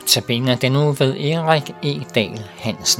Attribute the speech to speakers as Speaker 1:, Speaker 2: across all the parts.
Speaker 1: Tabiner den nu ved Erik E. Dahl Hansen.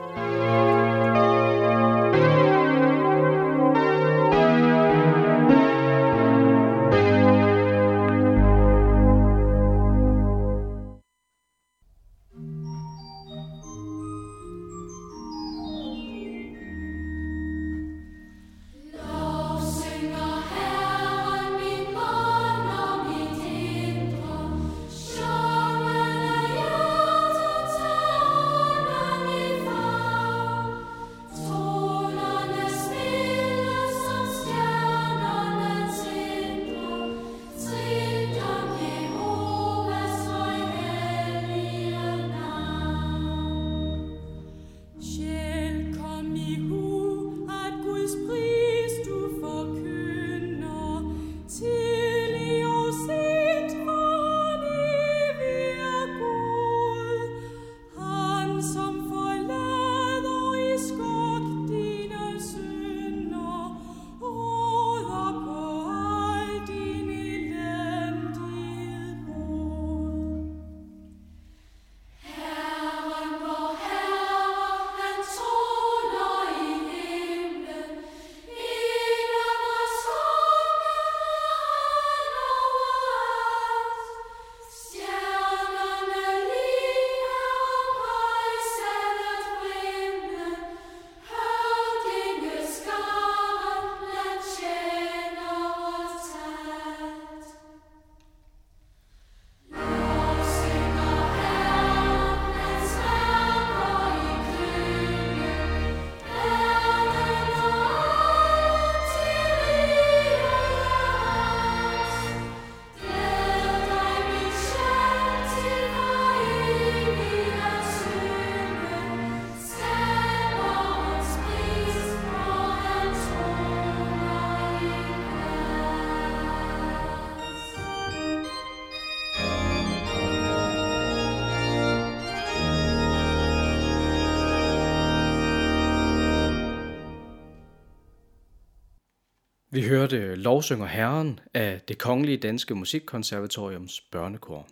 Speaker 2: Vi hørte Lovsynger Herren af Det Kongelige Danske Musikkonservatoriums børnekor.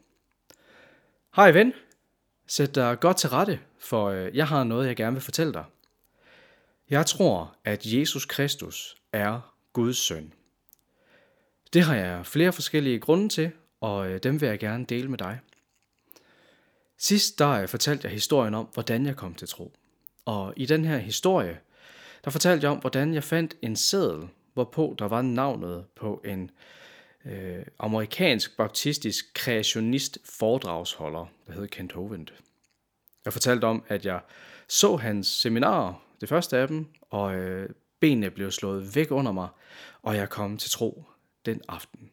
Speaker 2: Hej ven, sæt dig godt til rette, for jeg har noget, jeg gerne vil fortælle dig. Jeg tror, at Jesus Kristus er Guds søn. Det har jeg flere forskellige grunde til, og dem vil jeg gerne dele med dig. Sidst der fortalte jeg historien om, hvordan jeg kom til tro. Og i den her historie, der fortalte jeg om, hvordan jeg fandt en seddel, hvorpå der var navnet på en amerikansk baptistisk kreationist foredragsholder, der hed Kent Hovind. Jeg fortalte om, at jeg så hans seminarer, det første af dem, og benene blev slået væk under mig, og jeg kom til tro den aften.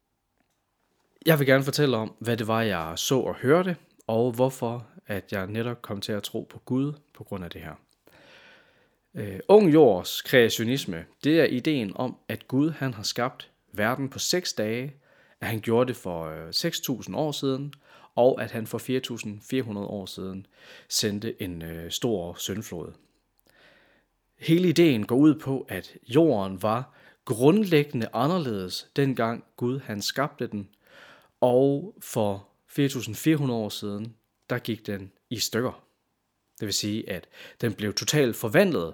Speaker 2: Jeg vil gerne fortælle om, hvad det var, jeg så og hørte, og hvorfor at jeg netop kom til at tro på Gud på grund af det her. Ung jords kreationisme, det er ideen om, at Gud han har skabt verden på 6 dage, at han gjorde det for 6.000 år siden, og at han for 4.400 år siden sendte en stor syndflod. Hele ideen går ud på, at jorden var grundlæggende anderledes, dengang Gud han skabte den, og for 4.400 år siden, der gik den i stykker. Det vil sige, at den blev totalt forvandlet.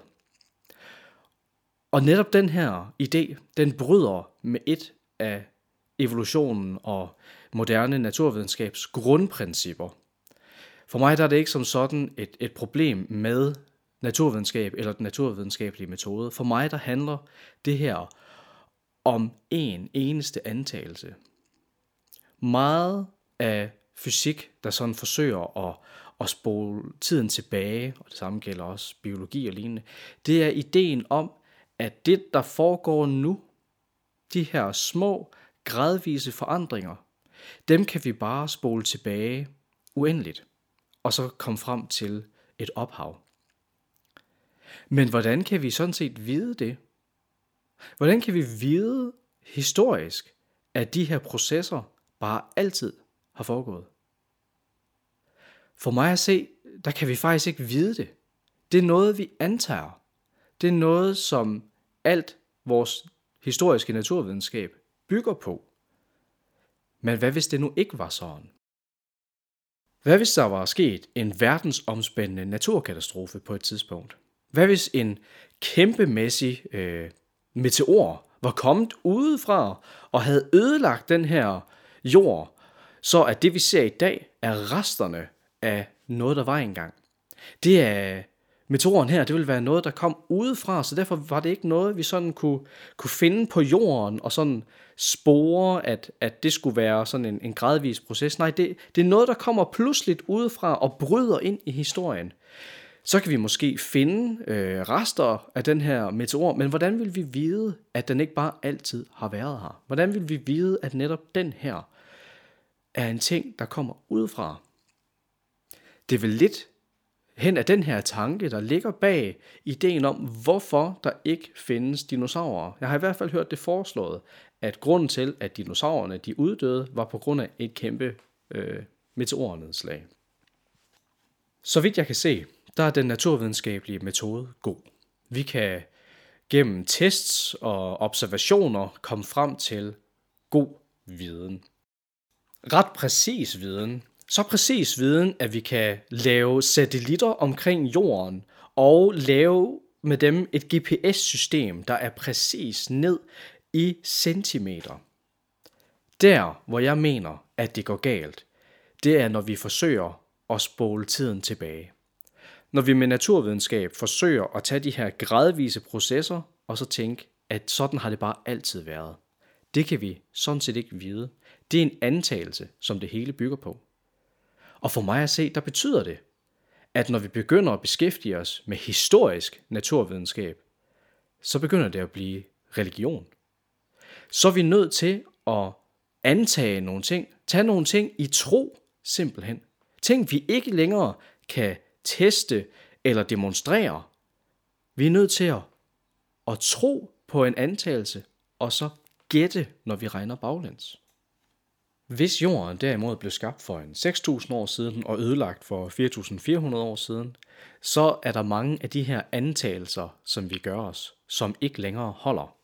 Speaker 2: Og netop den her idé, den bryder med et af evolutionen og moderne naturvidenskabs grundprincipper. For mig der er det ikke som sådan et problem med naturvidenskab eller den naturvidenskabelige metode. For mig der handler det her om en eneste antagelse. Meget af fysik, der sådan forsøger at spole tiden tilbage, og det samme gælder også biologi og lignende, det er ideen om, at det, der foregår nu, de her små, gradvise forandringer, dem kan vi bare spole tilbage uendeligt, og så komme frem til et ophav. Men hvordan kan vi sådan set vide det? Hvordan kan vi vide historisk, at de her processer bare altid har foregået? For mig at se, der kan vi faktisk ikke vide det. Det er noget, vi antager. Det er noget, som alt vores historiske naturvidenskab bygger på. Men hvad hvis det nu ikke var sådan? Hvad hvis der var sket en verdensomspændende naturkatastrofe på et tidspunkt? Hvad hvis en kæmpemæssig meteor var kommet udefra og havde ødelagt den her jord, så at det vi ser i dag er resterne af noget, der var engang. Det er meteoren her, det ville være noget, der kom udefra, så derfor var det ikke noget, vi sådan kunne finde på jorden og sådan spore, at det skulle være sådan en gradvis proces. Nej, det er noget, der kommer pludseligt udefra og bryder ind i historien. Så kan vi måske finde rester af den her meteor, men hvordan vil vi vide, at den ikke bare altid har været her? Hvordan vil vi vide, at netop den her er en ting, der kommer udefra? Det er vel lidt hen af den her tanke, der ligger bag ideen om, hvorfor der ikke findes dinosaurer. Jeg har i hvert fald hørt det foreslået, at grunden til, at dinosaurerne de uddøde, var på grund af et kæmpe meteornedslag. Så vidt jeg kan se, der er den naturvidenskabelige metode god. Vi kan gennem tests og observationer komme frem til god viden. Ret præcis viden. Så præcis viden, at vi kan lave satellitter omkring jorden og lave med dem et GPS-system, der er præcis ned i centimeter. Der, hvor jeg mener, at det går galt, det er, når vi forsøger at spole tiden tilbage. Når vi med naturvidenskab forsøger at tage de her gradvise processer, og så tænke, at sådan har det bare altid været. Det kan vi sådan set ikke vide. Det er en antagelse, som det hele bygger på. Og for mig at se, der betyder det, at når vi begynder at beskæftige os med historisk naturvidenskab, så begynder det at blive religion. Så er vi nødt til at antage nogle ting, tage nogle ting i tro simpelthen. Ting vi ikke længere kan teste eller demonstrere. Vi er nødt til at tro på en antagelse, og så gætte, når vi regner baglæns. Hvis jorden derimod blev skabt for 6.000 år siden og ødelagt for 4.400 år siden, så er der mange af de her antagelser, som vi gør os, som ikke længere holder.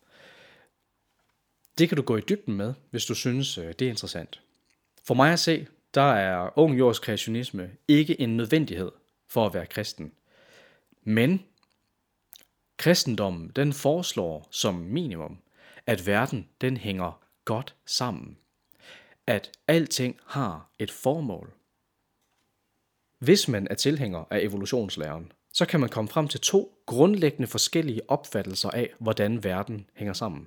Speaker 2: Det kan du gå i dybden med, hvis du synes, det er interessant. For mig at se, der er ung jords kreationisme ikke en nødvendighed for at være kristen. Men kristendommen, den foreslår som minimum, at verden, den hænger godt sammen. At alting har et formål. Hvis man er tilhænger af evolutionslæren, så kan man komme frem til 2 grundlæggende forskellige opfattelser af, hvordan verden hænger sammen.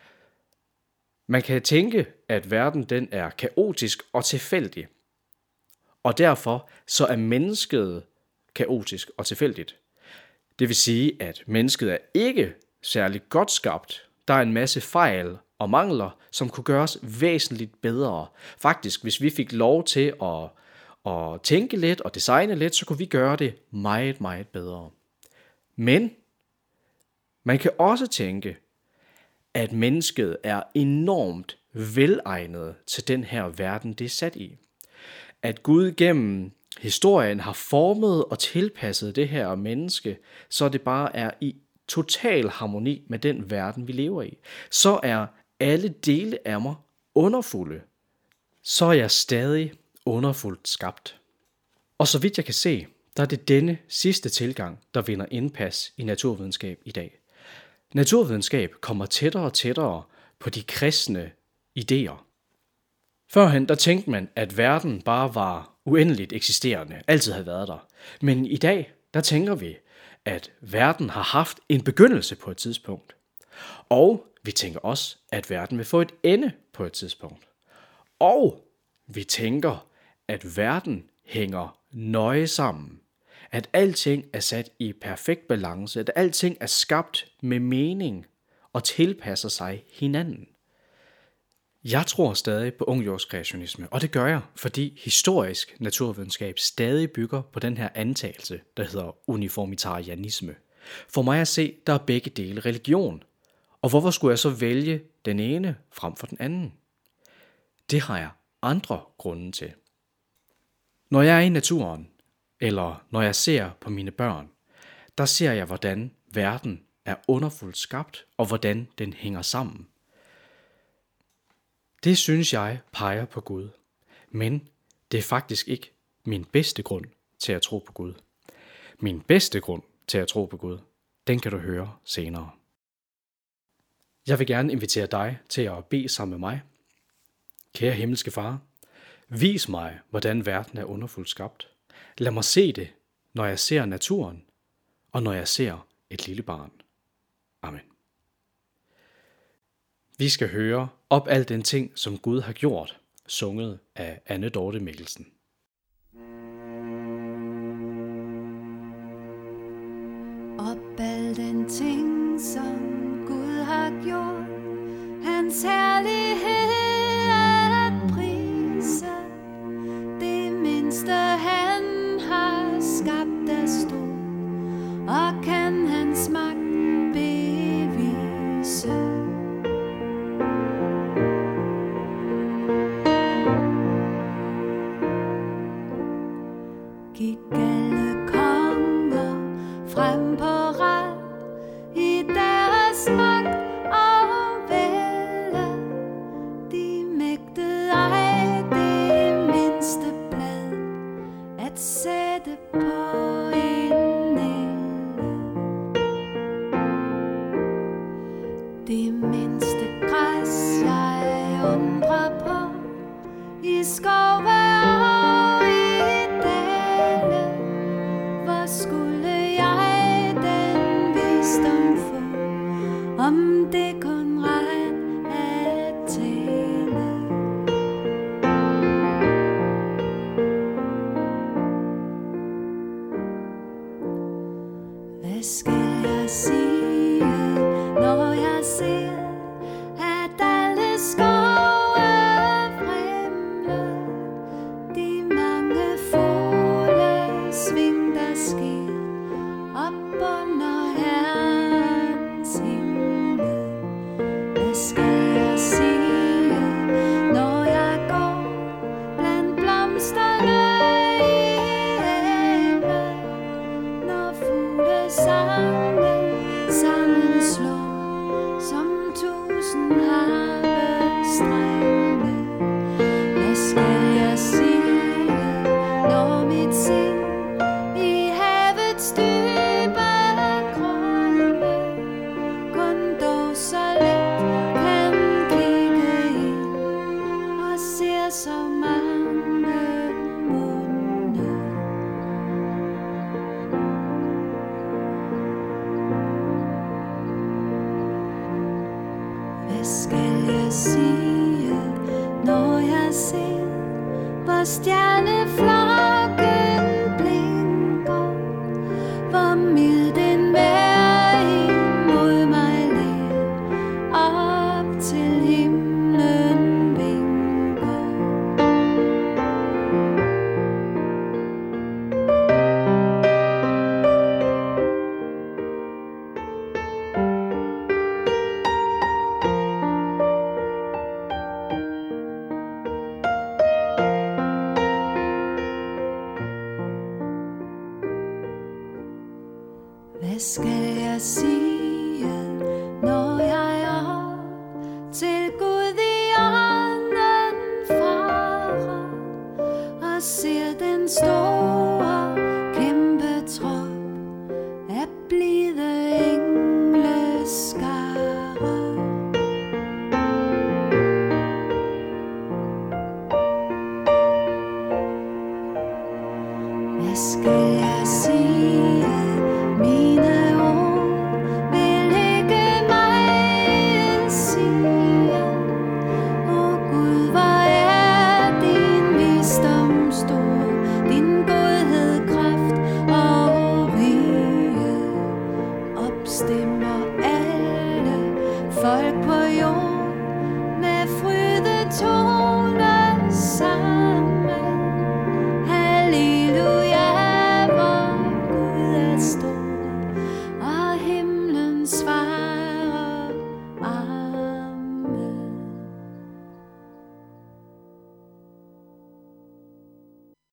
Speaker 2: Man kan tænke, at verden den er kaotisk og tilfældig. Og derfor så er mennesket kaotisk og tilfældigt. Det vil sige, at mennesket er ikke særlig godt skabt. Der er en masse fejl og mangler, som kunne gøres væsentligt bedre. Faktisk, hvis vi fik lov til at tænke lidt og designe lidt, så kunne vi gøre det meget, meget bedre. Men man kan også tænke, at mennesket er enormt velegnet til den her verden, det er sat i. At Gud gennem historien har formet og tilpasset det her menneske, så det bare er i total harmoni med den verden, vi lever i. Så er alle dele af mig underfulde. Så er jeg stadig underfuldt skabt. Og så vidt jeg kan se, der er det denne sidste tilgang, der vinder indpas i naturvidenskab i dag. Naturvidenskab kommer tættere og tættere på de kristne idéer. Førhen der tænkte man, at verden bare var uendeligt eksisterende, altid havde været der. Men i dag, der tænker vi, at verden har haft en begyndelse på et tidspunkt. Og vi tænker også, at verden vil få et ende på et tidspunkt. Og vi tænker, at verden hænger nøje sammen. At alting er sat i perfekt balance. At alting er skabt med mening og tilpasser sig hinanden. Jeg tror stadig på ungjordskreationisme, og det gør jeg, fordi historisk naturvidenskab stadig bygger på den her antagelse, der hedder uniformitarianisme. For mig at se, der er begge dele religion. Og hvorfor skulle jeg så vælge den ene frem for den anden? Det har jeg andre grunde til. Når jeg er i naturen, eller når jeg ser på mine børn, der ser jeg, hvordan verden er underfuldt skabt, og hvordan den hænger sammen. Det synes jeg peger på Gud, men det er faktisk ikke min bedste grund til at tro på Gud. Min bedste grund til at tro på Gud, den kan du høre senere. Jeg vil gerne invitere dig til at bede sammen med mig. Kære himmelske Far, vis mig, hvordan verden er underfuldt skabt. Lad mig se det, når jeg ser naturen, og når jeg ser et lille barn. Amen. Vi skal høre op al den ting, som Gud har gjort, sunget af Anne Dorte Mikkelsen.
Speaker 3: Op al den ting, som Gud har gjort, hans herlighed er at prise. Det mindste han har skabt er stor, og kan hans magt bevise. Gik alle konger frem på ret i deres magt og vælde. De mægtede ej det mindste blad at sætte på en nælle. Det mindste græs jeg undrer på i skove og i dale. Hvor skulle jeg den visdom få, om det kun ret at tale? Hvad skal jeg sige, når jeg ser, at alle skove vrimler? De mange fuglesving, der sker op under Herrens himmel. Hvad skal jeg sige, når jeg går blandt blomsterne i haven? Når fuglesange sammen slår som 1000 harpestrenge. Hvad skal jeg sige, når mit sind i havets dybe grunde kun dog så let kan kigge ind og ser så mange munde? Hvad skal jeg sige, når jeg ser, hvor stjerneflokken blinker? Hvor mild den vejr imod mig ler, op til himlen vinker. Hvad skal jeg sige?